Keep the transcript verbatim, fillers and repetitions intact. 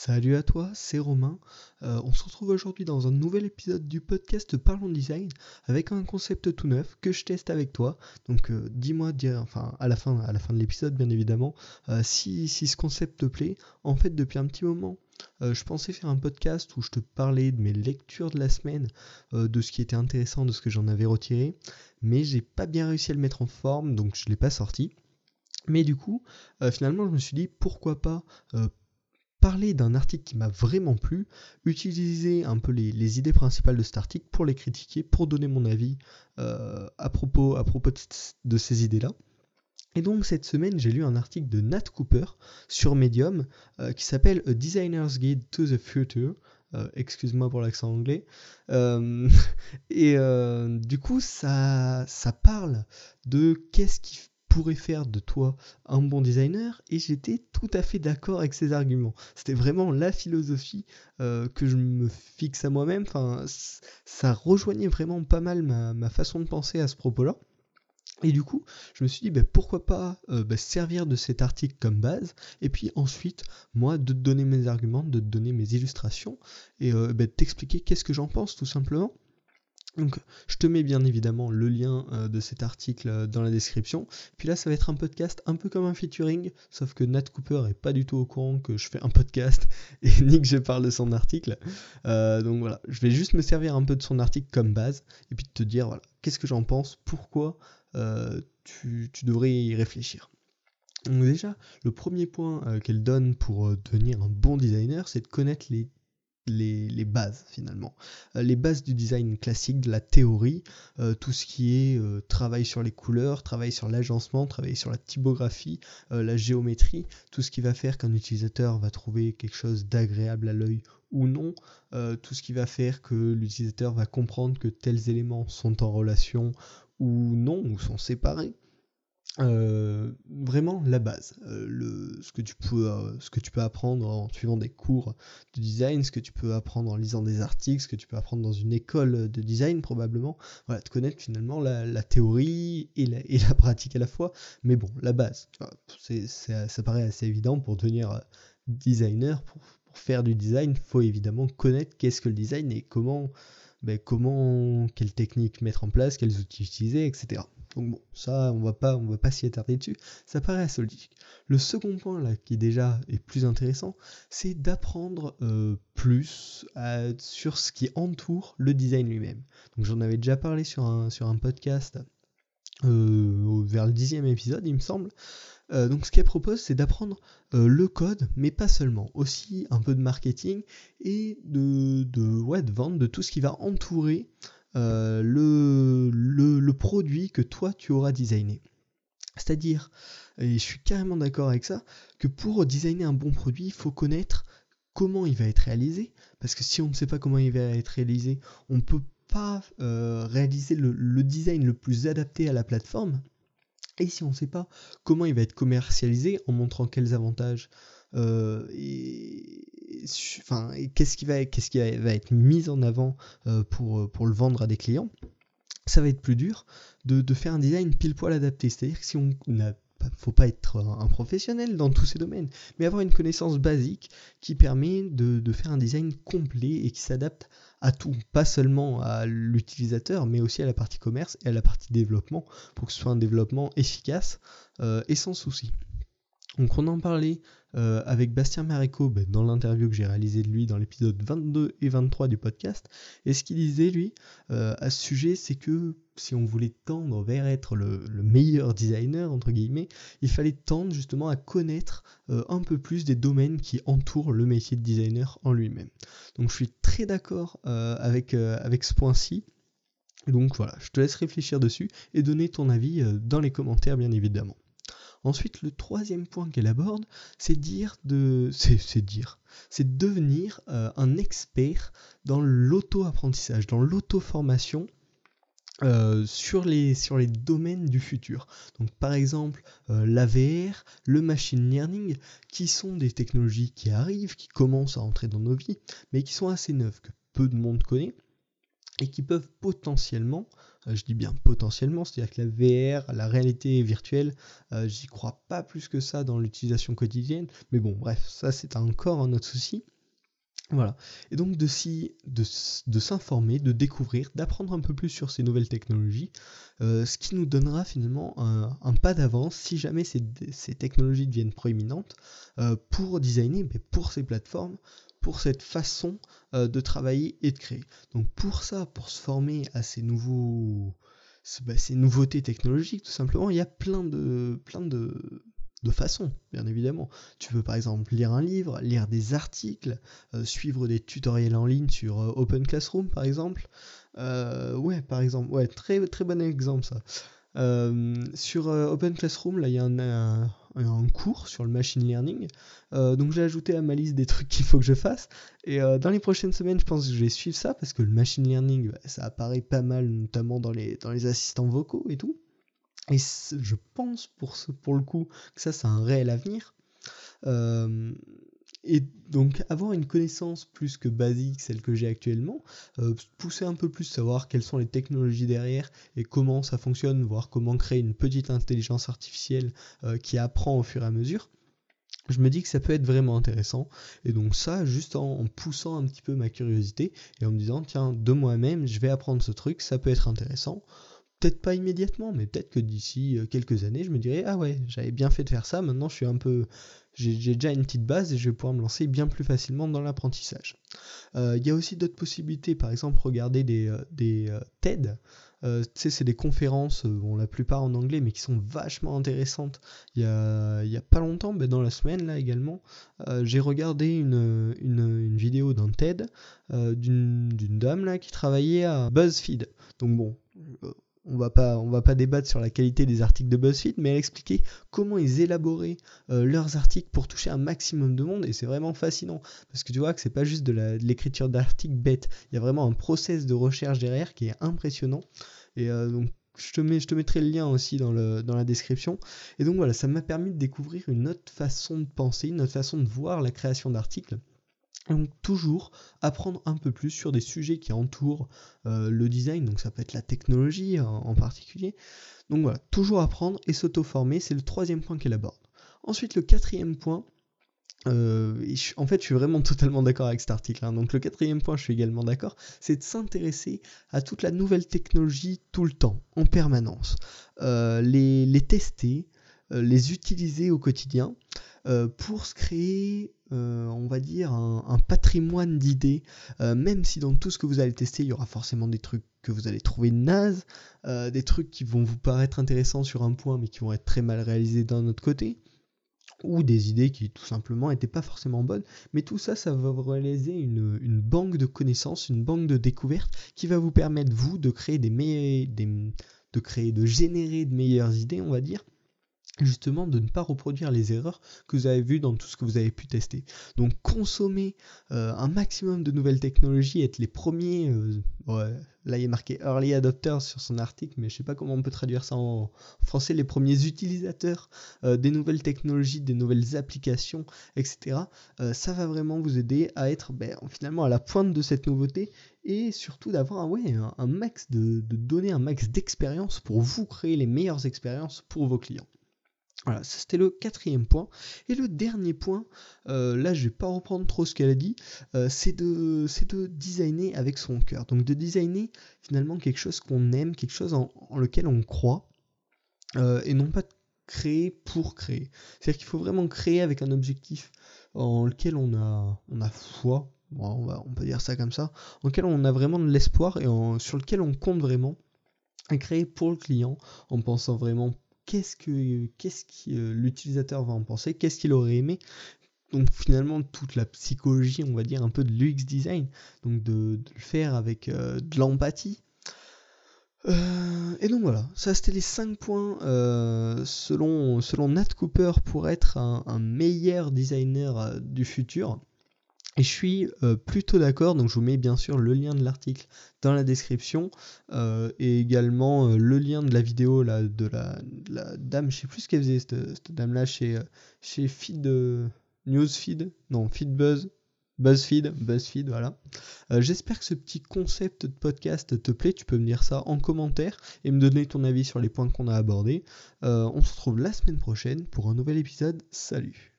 Salut à toi, c'est Romain. Euh, on se retrouve aujourd'hui dans un nouvel épisode du podcast Parlons Design avec un concept tout neuf que je teste avec toi. Donc euh, dis-moi, dis- enfin à la fin, à la fin de l'épisode bien évidemment, euh, si, si ce concept te plaît. En fait, depuis un petit moment, euh, je pensais faire un podcast où je te parlais de mes lectures de la semaine, euh, de ce qui était intéressant, de ce que j'en avais retiré, mais j'ai pas bien réussi à le mettre en forme, donc je l'ai pas sorti. Mais du coup, euh, finalement, je me suis dit pourquoi pas euh, parler d'un article qui m'a vraiment plu, utiliser un peu les, les idées principales de cet article pour les critiquer, pour donner mon avis euh, à propos, à propos de, de ces idées-là. Et donc cette semaine, j'ai lu un article de Nat Cooper sur Medium euh, qui s'appelle A Designer's Guide to the Future. Euh, excuse-moi pour l'accent anglais. Euh, et euh, du coup, ça, ça parle de qu'est-ce qui pourrait faire de toi un bon designer, et j'étais tout à fait d'accord avec ces arguments. C'était vraiment la philosophie euh, que je me fixe à moi-même. Enfin, ça rejoignait vraiment pas mal ma, ma façon de penser à ce propos-là. Et du coup, je me suis dit, bah, pourquoi pas euh, bah, servir de cet article comme base, et puis ensuite, moi, de te donner mes arguments, de te donner mes illustrations, et euh, bah, de t'expliquer qu'est-ce que j'en pense, tout simplement. Donc, je te mets bien évidemment le lien euh, de cet article euh, dans la description. Puis là, ça va être un podcast un peu comme un featuring, sauf que Nat Cooper est pas du tout au courant que je fais un podcast et ni que je parle de son article. Euh, donc voilà, je vais juste me servir un peu de son article comme base et puis te dire voilà, qu'est-ce que j'en pense, pourquoi euh, tu, tu devrais y réfléchir. Donc déjà, le premier point euh, qu'elle donne pour euh, devenir un bon designer, c'est de connaître les les, les bases finalement. Euh, les bases du design classique, de la théorie, euh, tout ce qui est euh, travail sur les couleurs, travail sur l'agencement, travail sur la typographie, euh, la géométrie, tout ce qui va faire qu'un utilisateur va trouver quelque chose d'agréable à l'œil ou non, euh, tout ce qui va faire que l'utilisateur va comprendre que tels éléments sont en relation ou non, ou sont séparés. Euh, vraiment la base, euh, le, ce, que tu peux, euh, ce que tu peux apprendre en suivant des cours de design, ce que tu peux apprendre en lisant des articles, ce que tu peux apprendre dans une école de design probablement, voilà, de connaître finalement la, la théorie et la, et la pratique à la fois, mais bon, la base, tu vois, c'est, c'est, ça paraît assez évident pour devenir designer, pour, pour faire du design, il faut évidemment connaître qu'est-ce que le design et comment, ben, comment, quelles techniques mettre en place, quels outils utiliser, et cetera. Donc bon, ça, on va pas, on va pas s'y attarder dessus, ça paraît assez logique. Le second point, là, qui déjà est plus intéressant, c'est d'apprendre euh, plus à, sur ce qui entoure le design lui-même. Donc j'en avais déjà parlé sur un, sur un podcast euh, vers le dixième épisode, il me semble. Euh, donc ce qu'elle propose, c'est d'apprendre euh, le code, mais pas seulement, aussi un peu de marketing et de, de, ouais, de vente, de tout ce qui va entourer euh, le, le, le produit que toi tu auras designé. C'est-à-dire, et je suis carrément d'accord avec ça, que pour designer un bon produit, il faut connaître comment il va être réalisé, parce que si on ne sait pas comment il va être réalisé, on ne peut pas euh, réaliser le, le design le plus adapté à la plateforme. Et si on ne sait pas comment il va être commercialisé, en montrant quels avantages euh, et, et, enfin, et qu'est-ce qui va, qu'est-ce qui va être mis en avant euh, pour, pour le vendre à des clients, ça va être plus dur de, de faire un design pile poil adapté. C'est-à-dire que si on n'a faut pas être un professionnel dans tous ces domaines, mais avoir une connaissance basique qui permet de, de faire un design complet et qui s'adapte à tout, pas seulement à l'utilisateur, mais aussi à la partie commerce et à la partie développement, pour que ce soit un développement efficace euh, et sans souci. Donc on en parlait euh, avec Bastien Maréco ben, dans l'interview que j'ai réalisée de lui dans l'épisode vingt-deux et vingt-trois du podcast, et ce qu'il disait lui euh, à ce sujet, c'est que si on voulait tendre vers être le, le meilleur designer, entre guillemets, il fallait tendre justement à connaître euh, un peu plus des domaines qui entourent le métier de designer en lui-même. Donc je suis très d'accord euh, avec, euh, avec ce point-ci. Donc voilà, je te laisse réfléchir dessus et donner ton avis euh, dans les commentaires bien évidemment. Ensuite, le troisième point qu'elle aborde, c'est dire de, c'est, c'est dire, c'est devenir euh, un expert dans l'auto-apprentissage, dans l'auto-formation euh, sur les sur les domaines du futur. Donc par exemple euh, l'A V R, le machine learning, qui sont des technologies qui arrivent, qui commencent à entrer dans nos vies, mais qui sont assez neuves, que peu de monde connaît, et qui peuvent potentiellement, euh, je dis bien potentiellement, c'est-à-dire que la V R, la réalité virtuelle, euh, j'y crois pas plus que ça dans l'utilisation quotidienne, mais bon, bref, ça c'est encore un autre souci. Voilà. Et donc de, s'y, de, de s'informer, de découvrir, d'apprendre un peu plus sur ces nouvelles technologies, euh, ce qui nous donnera finalement un, un pas d'avance si jamais ces, ces technologies deviennent proéminentes euh, pour designer, mais pour ces plateformes, pour cette façon euh, de travailler et de créer. Donc pour ça, pour se former à ces nouveaux, bah, ces nouveautés technologiques, tout simplement, il y a plein de, plein de de façon, bien évidemment. Tu peux par exemple lire un livre, lire des articles, euh, suivre des tutoriels en ligne sur euh, Open Classroom par exemple. Euh, ouais, par exemple, ouais, très très bon exemple ça. Euh, sur euh, Open Classroom, là, il y a un, un, un cours sur le machine learning. Euh, donc j'ai ajouté à ma liste des trucs qu'il faut que je fasse. Et euh, dans les prochaines semaines, je pense que je vais suivre ça parce que le machine learning, bah, ça apparaît pas mal, notamment dans les, dans les assistants vocaux et tout. Et je pense pour, ce, pour le coup que ça, c'est un réel avenir. Euh, et donc avoir une connaissance plus que basique, celle que j'ai actuellement, euh, pousser un peu plus, savoir quelles sont les technologies derrière et comment ça fonctionne, voir comment créer une petite intelligence artificielle euh, qui apprend au fur et à mesure. Je me dis que ça peut être vraiment intéressant. Et donc ça, juste en, en poussant un petit peu ma curiosité et en me disant, tiens, de moi-même, je vais apprendre ce truc, ça peut être intéressant. Peut-être pas immédiatement, mais peut-être que d'ici quelques années, je me dirais, ah ouais, j'avais bien fait de faire ça, maintenant je suis un peu... J'ai, j'ai déjà une petite base et je vais pouvoir me lancer bien plus facilement dans l'apprentissage. Il euh, y a aussi d'autres possibilités, par exemple regarder des, euh, des euh, TED. Euh, tu sais, c'est des conférences, euh, bon, la plupart en anglais, mais qui sont vachement intéressantes. Il y a, y a pas longtemps, ben dans la semaine là également, euh, j'ai regardé une, une, une vidéo d'un TED euh, d'une, d'une dame là qui travaillait à BuzzFeed. Donc bon... Euh, on va pas, on va pas débattre sur la qualité des articles de BuzzFeed, mais elle expliquait comment ils élaboraient euh, leurs articles pour toucher un maximum de monde, et c'est vraiment fascinant, parce que tu vois que c'est pas juste de, la, de l'écriture d'articles bêtes, il y a vraiment un process de recherche derrière qui est impressionnant, et euh, donc je te, mets, je te mettrai le lien aussi dans, le, dans la description, et donc voilà, ça m'a permis de découvrir une autre façon de penser, une autre façon de voir la création d'articles. Donc toujours apprendre un peu plus sur des sujets qui entourent euh, le design, donc ça peut être la technologie en, en particulier. Donc voilà, toujours apprendre et s'auto-former, c'est le troisième point qu'elle aborde. Ensuite le quatrième point, euh, je, en fait je suis vraiment totalement d'accord avec cet article, hein, donc le quatrième point je suis également d'accord, c'est de s'intéresser à toute la nouvelle technologie tout le temps, en permanence. Euh, les, les tester, euh, les utiliser au quotidien, euh, pour se créer... Euh, on va dire un, un patrimoine d'idées, euh, même si dans tout ce que vous allez tester, il y aura forcément des trucs que vous allez trouver nazes, euh, des trucs qui vont vous paraître intéressants sur un point mais qui vont être très mal réalisés d'un autre côté, ou des idées qui tout simplement n'étaient pas forcément bonnes, mais tout ça, ça va vous réaliser une, une banque de connaissances, une banque de découvertes qui va vous permettre, vous, de créer des meilleurs, des, de créer, de générer de meilleures idées, on va dire, justement de ne pas reproduire les erreurs que vous avez vues dans tout ce que vous avez pu tester. Donc consommer euh, un maximum de nouvelles technologies, être les premiers, euh, ouais, là il est marqué early adopters sur son article, mais je sais pas comment on peut traduire ça en français, les premiers utilisateurs euh, des nouvelles technologies, des nouvelles applications, et cetera. Euh, ça va vraiment vous aider à être ben, finalement à la pointe de cette nouveauté et surtout d'avoir un, ouais, un, un max de, de donner un max d'expérience pour vous créer les meilleures expériences pour vos clients. Voilà, ça c'était le quatrième point. Et le dernier point, euh, là je vais pas reprendre trop ce qu'elle a dit, euh, c'est, de, c'est de designer avec son cœur. Donc de designer finalement quelque chose qu'on aime, quelque chose en, en lequel on croit, euh, et non pas de créer pour créer. C'est-à-dire qu'il faut vraiment créer avec un objectif en lequel on a, on a foi, bon, on, va, on peut dire ça comme ça, en lequel on a vraiment de l'espoir et en, sur lequel on compte vraiment, et créer pour le client en pensant vraiment qu'est-ce que qu'est-ce que euh, l'utilisateur va en penser, qu'est-ce qu'il aurait aimé. Donc finalement toute la psychologie, on va dire un peu de l'U X design, donc de, de le faire avec euh, de l'empathie. Euh, et donc voilà, ça c'était les cinq points euh, selon, selon Nat Cooper pour être un, un meilleur designer euh, du futur. Et je suis euh, plutôt d'accord, donc je vous mets bien sûr le lien de l'article dans la description euh, et également euh, le lien de la vidéo là, de, la, de la dame, je sais plus ce qu'elle faisait cette, cette dame là chez, chez Feed, euh, Newsfeed, non Feedbuzz, BuzzFeed, BuzzFeed, voilà. Euh, j'espère que ce petit concept de podcast te plaît, tu peux me dire ça en commentaire et me donner ton avis sur les points qu'on a abordés. Euh, on se retrouve la semaine prochaine pour un nouvel épisode, salut.